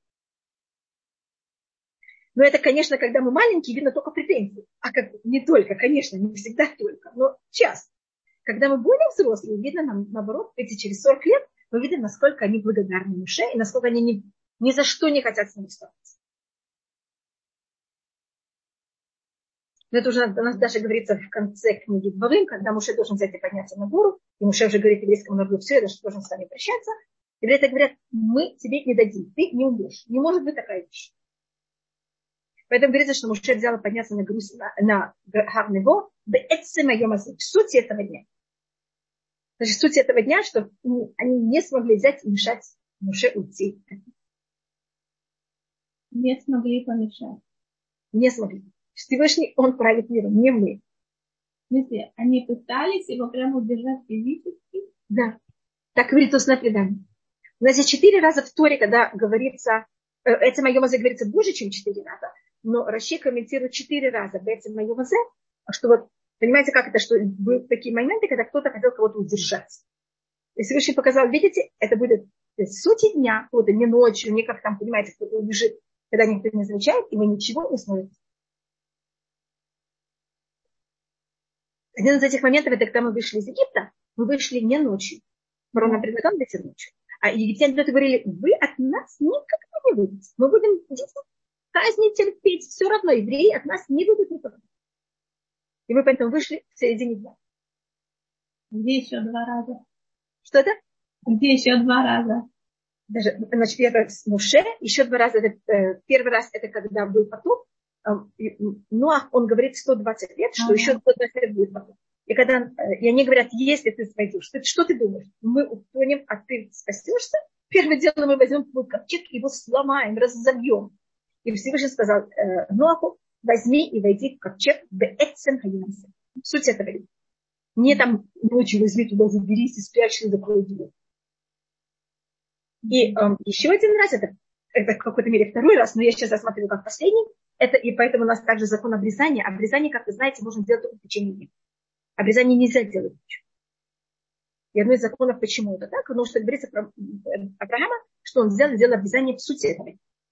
Но это, конечно, когда мы маленькие, видно только претензии. А как не только, конечно, не всегда только, но часто. Когда мы более взрослые, видно нам, наоборот, через 40 лет, мы видим, насколько они благодарны Моше и насколько они ни за что не хотят с ним сталкиваться. Но это уже у нас даже говорится в конце книги Дворим, когда Моше должен взять и подняться на гору, и Моше уже говорит еврейскому народу, все, я даже должен с вами прощаться. Евреи говорят, мы тебе не дадим, ты не умрешь. Не может быть такая вещь. Поэтому говорится, что Моше взял и подняться на Гар-Нево, в сути этого дня. Значит, суть этого дня, что они не смогли взять и мешать Моше уйти. Не смогли помешать. Не смогли. Всевышний, он правит миром, не мы. Смотрите, они пытались его прямо удержать физически? Да. Так говорит устное предание. У нас есть 4 раза в Торе, когда говорится, этим Йом-Азе говорится больше, чем 4 раза, но Раши комментирует 4 раза в этим Йом-Азе, что вот, понимаете, как это, что были такие моменты, когда кто-то хотел кого-то удержать. И Всевышний показал, видите, это будет сути дня, какого-то не ночью, не как там, понимаете, кто-то убежит, когда никто не замечает, и вы ничего не сможете. Один из этих моментов, это когда мы вышли из Египта, мы вышли не ночью. Фараон нам предлагал выйти ночью. А египтяне говорили, вы от нас никогда не выйдете. Мы будем казнить, терпеть. Все равно евреи от нас не выйдут никогда. И мы поэтому вышли в середине дня. Где еще 2 раза? Что это? Где еще 2 раза? Даже, значит, это с Моше, еще 2 раза, первый раз это когда был потоп, Ноах, он говорит 120 лет, что еще 120 лет будет потоп. И они говорят, если ты войдешь, что ты думаешь? Мы утонем, а ты спасешься? Первое дело, мы возьмем твой ковчег, его сломаем, разобьем. И Всевышний сказал Ноаху, возьми и войди в ковчег беэцем хаимсе. Суть этого. Не там ночью возьми туда, заберись и спрячься, закрой дверь. И еще один раз, это в какой-то мере второй раз, но я сейчас рассматриваю как последний, и поэтому у нас также закон обрезания. Обрезание, как вы знаете, можно делать только в течение дня. Обрезание нельзя делать ночью. И одно из законов, почему это так, потому что говорится про Авраама, что он сделал обрезание в сути этого.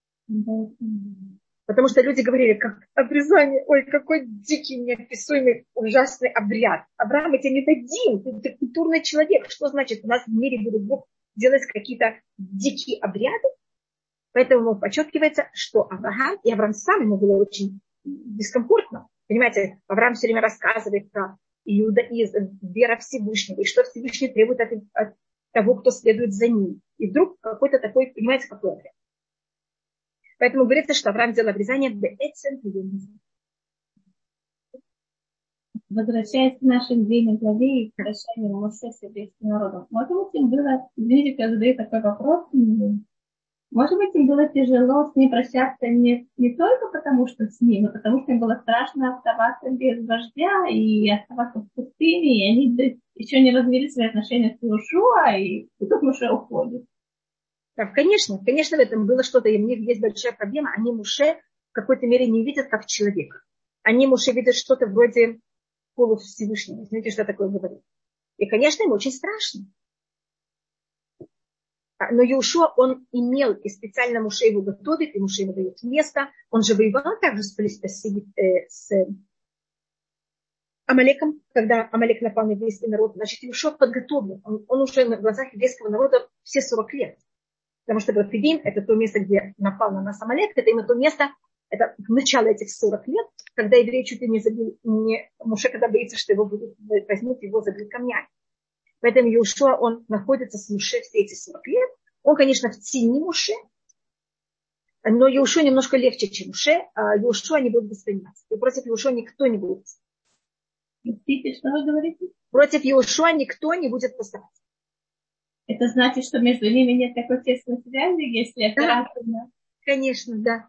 Потому что люди говорили, как обрезание, ой, какой дикий, неописуемый, ужасный обряд. Авраам, я тебе не дадим, ты культурный человек. Что значит, у нас в мире будет Бог делать какие-то дикие обряды? Поэтому подчеркивается, что Авраам сам, ему было очень дискомфортно. Понимаете, Авраам все время рассказывает про иудаизм, вера Всевышнего, и что Всевышний требует от того, кто следует за ним. И вдруг какой-то такой, понимаете, какой обряд. Поэтому говорится, что Авраам делал обрезание беэцем хаимсе. Возвращаясь к нашим две главе и к прощанию Моше с еврейским народом, может быть, им было, видите, я задаю такой вопрос, может быть, им было тяжело с ним прощаться не только потому, что с ним, но потому что им было страшно оставаться без вождя и оставаться в пустыне, и они еще не развили свои отношения с Иошуа, и тут Моше уходит. Да, конечно, в этом было что-то, и у них есть большая проблема. Они Моше в какой-то мере не видят как человека. Они Моше видят что-то вроде полувсевышнего. Знаете, что такое говорит? И, конечно, им очень страшно. Но Иошуа, он имел, и специально Моше его готовит, и Моше ему дает место. Он же воевал также с Амалеком, когда Амалек напал на еврейский народ. Значит, Иошуа подготовлен. Он уже на глазах еврейского народа все 40 лет. Потому что Бет-Левин – это то место, где напал на нас Амалек, это именно то место, это начало этих 40 лет, когда евреи чуть ли не забили, Моше, когда боится, что его возьмут, его забьют камнями. Поэтому Иошуа, он находится с Моше все эти 40 лет. Он, конечно, в тени Моше, но Иошуа немножко легче, чем Моше, а Иошуа не будет восприниматься. И против Иошуа никто не будет. Видите, что вы говорите? Против Иошуа никто не будет поставать. Это значит, что между ними нет такой тесной связи, если это разное? Конечно, да.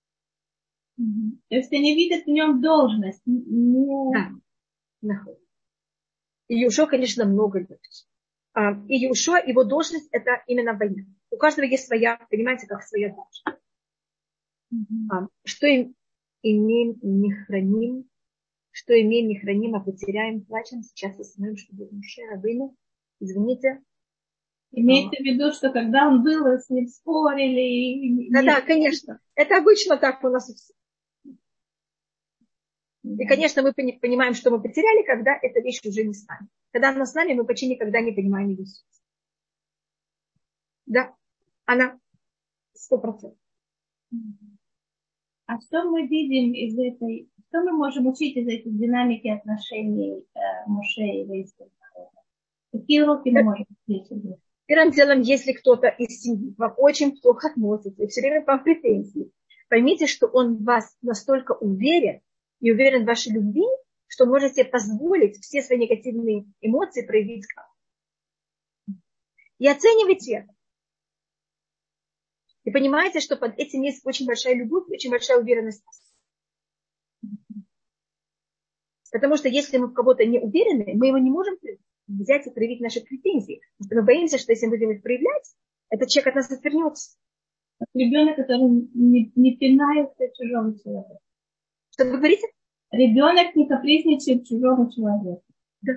То есть они видят в нем должность. Да, находят. И Иошуа, конечно, много легче. И Иошуа, его должность, это именно война. У каждого есть своя, понимаете, как своя должность. Что имеем, не храним, что имеем, не храним, а потеряем, плачем. Сейчас остановим, чтобы Моше Рабейну, извините. Имеется в виду, что когда он был, с ним спорили. Да, конечно. Это обычно так у нас у всех. И, конечно, мы понимаем, что мы потеряли, когда эта вещь уже не с нами. Когда она с нами, мы почти никогда не понимаем ее суть. Да, она 100%. А что мы видим из этой, что мы можем учить из этой динамики отношений Моше и еврейского народа? Какие уроки мы можем учить? Первым делом, если кто-то из семьи вам очень плохо относится и все время вам претензии, поймите, что он в вас настолько уверен и уверен в вашей любви, что можете позволить все свои негативные эмоции проявить к вам. И оценивайте это. И понимаете, что под этим есть очень большая любовь и очень большая уверенность в вас. Потому что если мы в кого-то не уверены, мы его не можем взять и проявить наши претензии. Потому что мы боимся, что если мы будем их проявлять, этот человек от нас отвернется. Ребенок, который не пинается чужому человеку. Что вы говорите? Ребенок не капризничает чужому человеку. Да.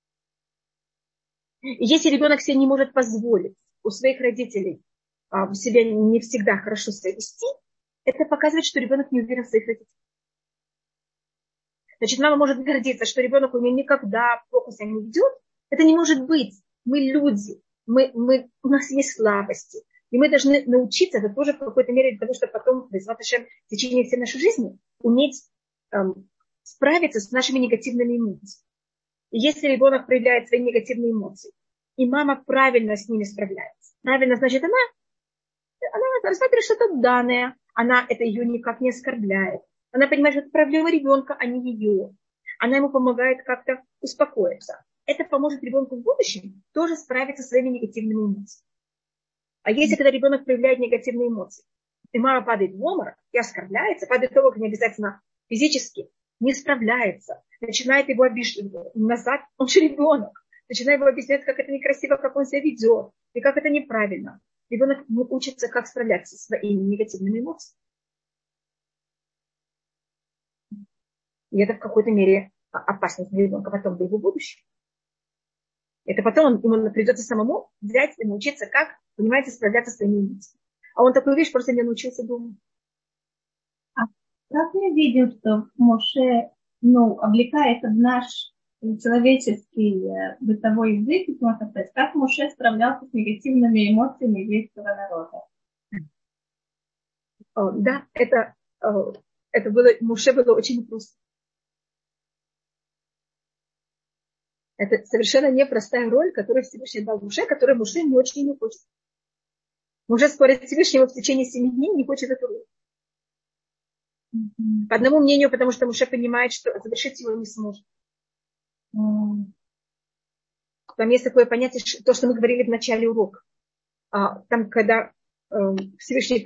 И если ребенок себе не может позволить у своих родителей себя не всегда хорошо себя вести, это показывает, что ребенок не уверен в своих родителях. Значит, мама может гордиться, что ребенок у нее никогда плохо себя не ведет. Это не может быть. Мы люди. У нас есть слабости. И мы должны научиться, это тоже в какой-то мере для того, чтобы потом, в течение всей нашей жизни, уметь справиться с нашими негативными эмоциями. И если ребенок проявляет свои негативные эмоции, и мама правильно с ними справляется, правильно, значит, она Она рассматривает что-то данное, это ее никак не оскорбляет. Она понимает, что это проблема ребенка, а не ее. Она ему помогает как-то успокоиться. Это поможет ребенку в будущем тоже справиться со своими негативными эмоциями. А если когда ребенок проявляет негативные эмоции, и мама падает в обморок и оскорбляется, падает того, не обязательно физически, не справляется, начинает его обижать назад, он же ребенок, начинает его объяснять, как это некрасиво, как он себя ведет, и как это неправильно. Ребенок не учится, как справляться со своими негативными эмоциями. И это в какой-то мере опасность для ребенка потом, для его будущего. Это потом ему придется самому взять и научиться, как, понимаете, справляться с своими эмоциями. А он такую вещь просто не научился думать. А как мы видим, что Моше, облекается в наш человеческий бытовой язык, можно сказать, как Моше справлялся с негативными эмоциями еврейского народа? Да, это было, Моше было очень просто. Это совершенно непростая роль, которую Всевышний дал Моше, которую Моше не очень не хочет. Моше спорит с Всевышним в течение 7 дней, не хочет эту роль. По одному мнению, потому что Моше понимает, что завершить его не сможет. Там есть такое понятие, то, что мы говорили в начале урока. Там, когда Всевышний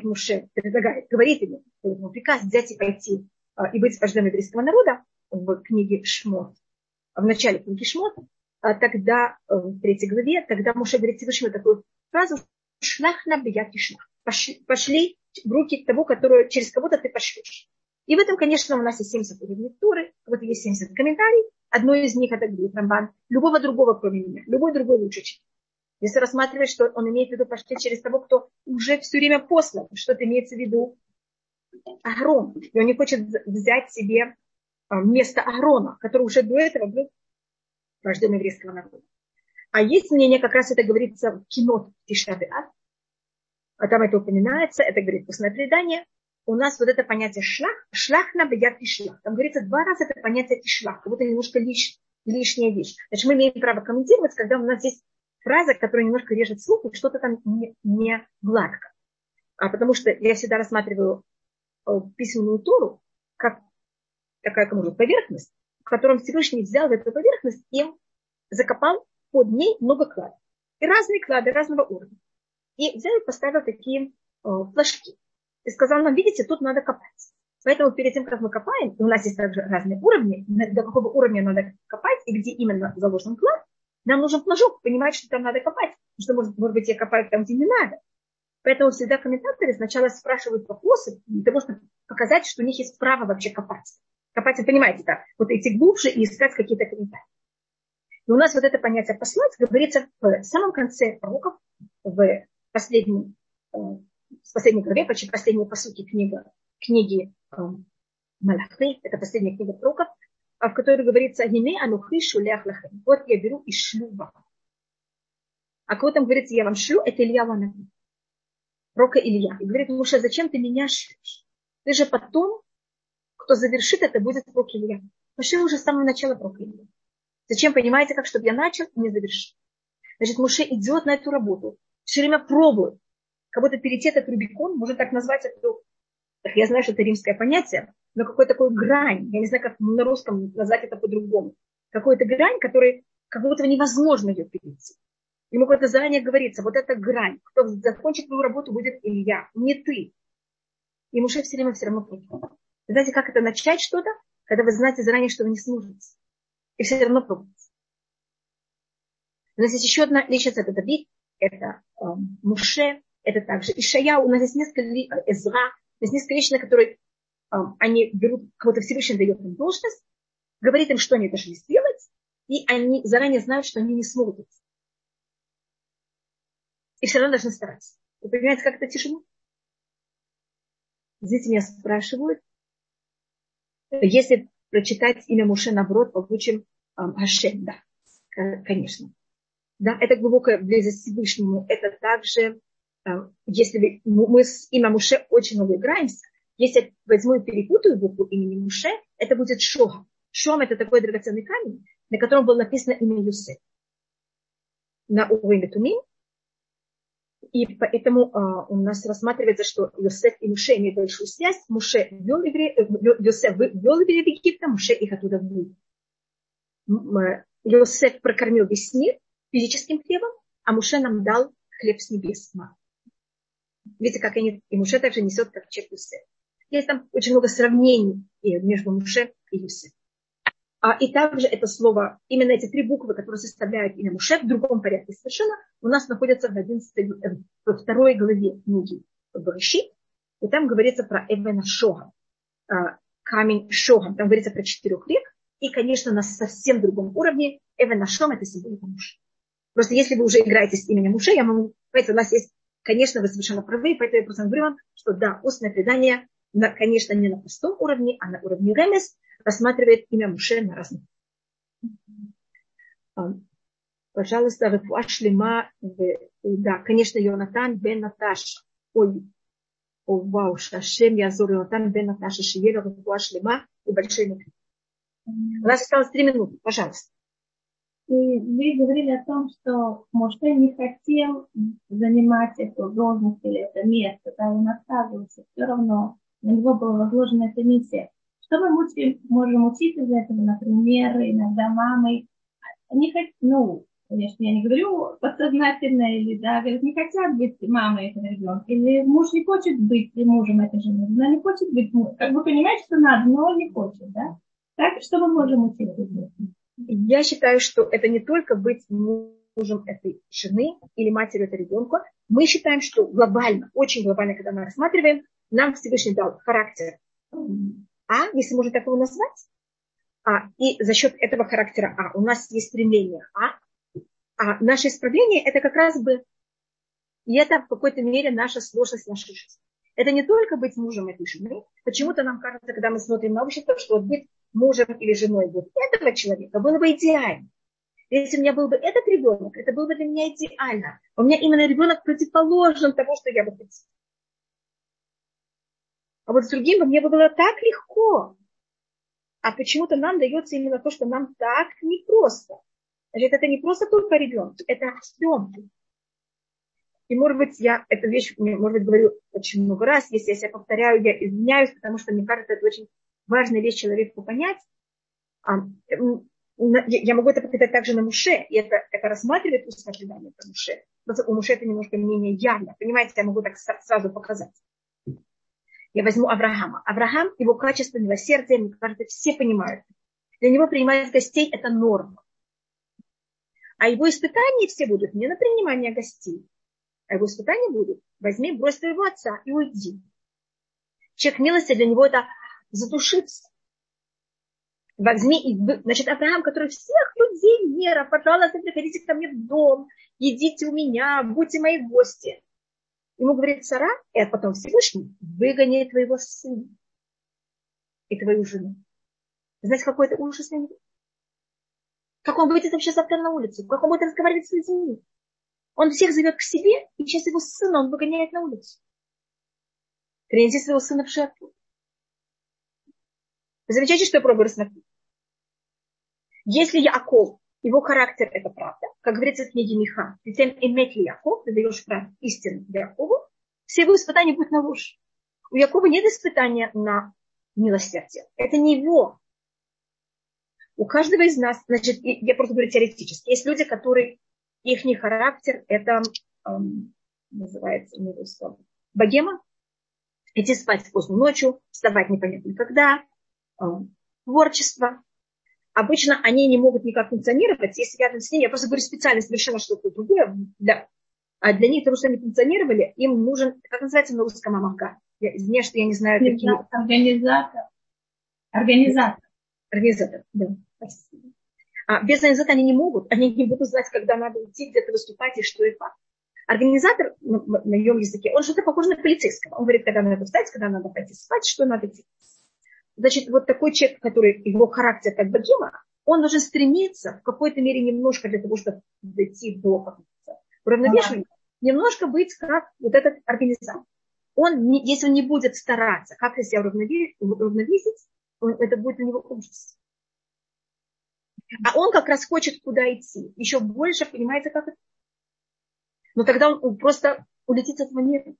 говорит ему приказ взять и пойти и быть вождем еврейского народа в книге Шмот, в начале книги Шмот, тогда в 3 главе, тогда Моше говорит Всевышнему такую фразу «Шлах на бият шлах». Пошли в руки того, через кого-то ты пошлешь. И в этом, конечно, у нас есть 70 уровней Торы, вот есть 70 комментариев. Одно из них это говорит Рамбан. Любого другого, кроме меня. Любой другой лучше, чем. Если рассматривать, что он имеет в виду пошли через того, кто уже все время послан, что-то имеется в виду Аарон. И он не хочет взять себе место Аарона, который уже до этого был вождем еврейского народа. А есть мнение, как раз это говорится в Кинот Тиша б'Ав, а там это упоминается, это говорит устное предание. У нас вот это понятие шлах на бият шлах. Там говорится 2 раза это понятие тишлах, как будто немножко лишняя вещь. Значит, мы имеем право комментировать, когда у нас есть фраза, которая немножко режет слух, и что-то там не гладко. Потому что я всегда рассматриваю письменную Тору как такая, как может, поверхность, в котором Всевышний взял эту поверхность и закопал под ней много кладов. И разные клады разного уровня. И взял и поставил такие флажки. И сказал нам, видите, тут надо копать. Поэтому перед тем, как мы копаем, у нас есть также разные уровни, до какого уровня надо копать и где именно заложен клад, нам нужен флажок, понимать, что там надо копать. Потому что, может быть, я копаю там, где не надо. Поэтому всегда комментаторы сначала спрашивают вопросы для того, чтобы показать, что у них есть право вообще копать. Копать, вы понимаете, да, вот идти глубже и искать какие-то комментарии. И у нас вот это понятие послать говорится в самом конце пророков, в последней главе, почти последней по сути книги Малахи, это последняя книга пророков, в которой говорится «Гине анухи шулях лахем». Вот я беру и шлю вам. А кого там говорится «Я вам шлю», это Илья Ванави, пророка Илья. И говорит Моше, зачем ты меня шлешь? Ты же потом, кто завершит это, будет пророк Илья. Моше уже с самого начала пророк Илья. Зачем, понимаете, как, чтобы я начал и не завершил? Значит, Моше идет на эту работу, все время пробует. Как будто перейти этот Рубикон, можно так назвать эту, я знаю, что это римское понятие, но какой-то такой грань, я не знаю, как на русском назвать это по-другому, какой-то грань, которой как будто невозможно ее перейти. Ему какое-то заранее говорится, вот эта грань, кто закончит твою работу, будет Илья, не ты. И Моше все равно пробует. Знаете, как это начать что-то, когда вы знаете заранее, что вы не сможете. И все равно пробуете. У нас есть еще одна личность, это Давид, это Моше, это также Ишая, у нас есть несколько Эзра, есть несколько личностей, которые они берут, кого-то Всевышний дает им должность, говорит им, что они должны сделать, и они заранее знают, что они не смогут. И все равно должны стараться. Вы понимаете, как это тяжело? Здесь меня спрашивают, если прочитать имя Моше наоборот, получим Ашем, да, конечно. Да, это глубокая близость к Всевышнему. Это также, если мы с именем Моше очень много играемся, если я возьму и перепутаю букву имени Моше, это будет Шохам. Шохам – это такой драгоценный камень, на котором было написано имя Юсеф. На уровне Тумим И поэтому у нас рассматривается, что Йосеф и Муше имеют большую связь. Йосеф ввел евреев в Египет, Муше их оттуда вывел. Йосеф прокормил весь мир физическим хлебом, а Муше нам дал хлеб с небес. Видите, как и Муше также несет, как человек Йосеф. Есть там очень много сравнений между Муше и Йосеф. И также это слово, именно эти три буквы, которые составляют имя Муше, в другом порядке совершенно, у нас находятся во второй главе книги Берешит. И там говорится про Эвена Шогам, камень Шогам. Там говорится про 4 рек. И, конечно, на совсем другом уровне Эвена Шогам – это символика Муше. Просто если вы уже играете с именем Муше, я могу... Понимаете, у нас есть, конечно, вы совершенно правы, поэтому я просто говорю вам, что да, устное предание, конечно, не на простом уровне, а на уровне ремес, рассматривает имя Муше на разных. Пожалуйста, рефуа шлема. Да, конечно, Йонатан бен Наташа. Ой, вау, Шашем Язор Йонатан бен Наташа Шиера рефуа шлема и большой наград. У нас осталось 3 минуты, пожалуйста. И вы говорили о том, что Моше не хотел занимать эту должность или это место, да, он отказывался, все равно на него была возложена эта миссия. Что мы можем учить из этого, например, иногда мамы, они хотят, конечно, я не говорю подсознательно, или, да, говорят, не хотят быть мамой этого ребенка, или муж не хочет быть мужем этой жены, она не хочет быть мужем, как бы понимает, что надо, но не хочет, да. Так, что мы можем учить из этого? Я считаю, что это не только быть мужем этой жены или матерью этого ребенка. Мы считаем, что глобально, очень глобально, когда мы рассматриваем, нам Всевышний дал характер если можно так его назвать. И за счет этого характера у нас есть стремление А наше исправление это как раз бы, и это в какой-то мере наша сложность нашей жизни. Это не только быть мужем этой жены. Почему-то нам кажется, когда мы смотрим на общество, что быть мужем или женой вот этого человека было бы идеально. Если у меня был бы этот ребенок, это было бы для меня идеально. У меня именно ребенок противоположен тому, что я бы хотела. А вот с другим мне бы было так легко. А почему-то нам дается именно то, что нам так непросто. Значит, это не просто только ребенок, это всем. И, может быть, я эту вещь, может быть, говорю очень много раз. Если я себя повторяю, я извиняюсь, потому что мне кажется, это очень важная вещь человеку понять. Я могу это показать также на Муше, и это рассматривает устное предание про Муше. Просто у Муше это немножко менее явно. Понимаете, я могу так сразу показать. Я возьму Авраама. Авраам, его качество милосердия, мне кажется, все понимают. Для него принимать гостей – это норма. А его испытания все будут не на принимание гостей, а его испытания будут: возьми, брось твоего отца и уйди. Человек милости для него это задушиться. Возьми, значит, Авраам, который всех людей мира, пожалуйста, приходите ко мне в дом, едите у меня, будьте мои гости. Ему говорит Сара, и потом Всевышний: выгони твоего сына и твою жену. Знаете, какой это ужас для него? Как он выйдет вообще завтра на улицу? Как он будет разговаривать с людьми? Он всех зовет к себе, и сейчас его сына он выгоняет на улицу. Принеси своего сына в жертву. Вы замечаете, что я пробую рассмотреть? Если Яаков, его характер это правда, как говорится в книге Миха, ты тем иметь ли Яаков, ты даешь правду истину Яакову, все его испытания будут на ложь. У Яакова нет испытания на милосердие. Это не его. У каждого из нас, значит, я просто говорю теоретически, есть люди, которые, их характер, это называется, не слово, богема, идти спать поздно ночью, вставать непонятно когда, творчество. Обычно они не могут никак функционировать, если рядом с ними, я просто говорю специально совершенно что-то другое, а для них, того, что они функционировали, им нужен, как называется на русском амага? Извиняюсь, что я не знаю, какие... Организатор, да. Спасибо. Без организатора они не могут, они не будут знать, когда надо идти, где-то выступать и что и как. Организатор на моем языке, он что-то похож на полицейского. Он говорит, когда надо встать, когда надо пойти спать, что надо делать. Значит, вот такой человек, который, его характер как богема, он должен стремиться в какой-то мере немножко для того, чтобы дойти до какого-то уравновешивания, немножко быть как вот этот организатор. Если он не будет стараться как-то себя уравновесить, это будет у него ужас. А он как раз хочет куда идти. Еще больше, понимаете, как это? Но тогда он просто улетит с этого мира.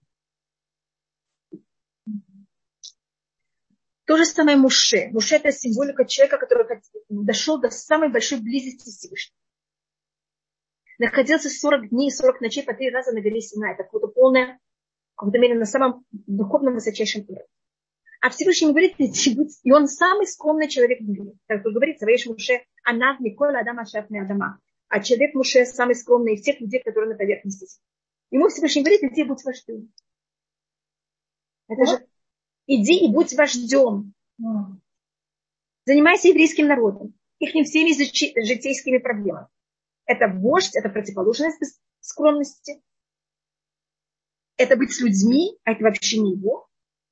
То же самое Моше. Моше – это символика человека, который дошел до самой большой близости с Всевышним. Находился 40 дней и 40 ночей по 3 раза на горе Синай. Это какое-то полное, в каком-то мере, на самом духовном высочайшем уровне. А Всевышний говорит, и он самый скромный человек в мире. Как тут говорится, «Ваиш Моше, анав миколь адам ашаф не адама». А человек Моше самый скромный из всех людей, которые на поверхности. Ему Всевышний говорит, иди и будь вождем. Это же иди и будь вождем. Занимайся еврейским народом, их всеми житейскими проблемами. Это вождь, это противоположность скромности. Это быть с людьми, а это вообще не его.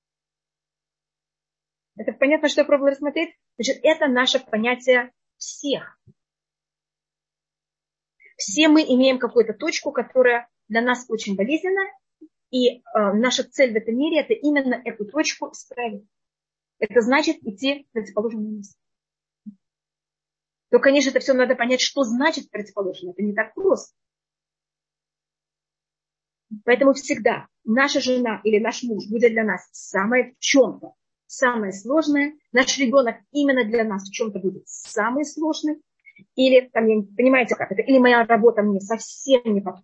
Это понятно, что я пробовала рассмотреть. Значит, это наше понятие всех. Все мы имеем какую-то точку, которая для нас очень болезненная. И наша цель в этом мире – это именно эту точку исправить. Это значит идти в противоположное место. То, конечно, это все надо понять, что значит противоположное. Это не так просто. Поэтому всегда наша жена или наш муж будет для нас самое в чем-то, самое сложное. Наш ребенок именно для нас в чем-то будет самый сложный. Или, там, понимаете как это, или моя работа мне совсем не подходит.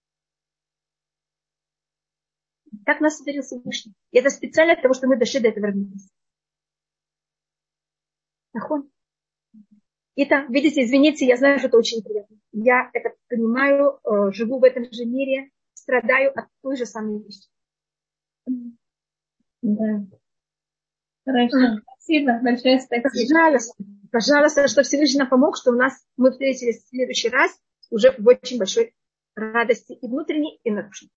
Так нас сотворил Всевышний. И это специально для того, чтобы мы дошли до этого равенства. Итак, видите, извините, я знаю, что это очень приятно. Я это понимаю, живу в этом же мире, страдаю от той же самой вещи. Да. Хорошо. Спасибо. Большое спасибо. Пожалуйста, что Всевышний нам помог, что мы встретились в следующий раз уже в очень большой радости и внутренней, и наружной.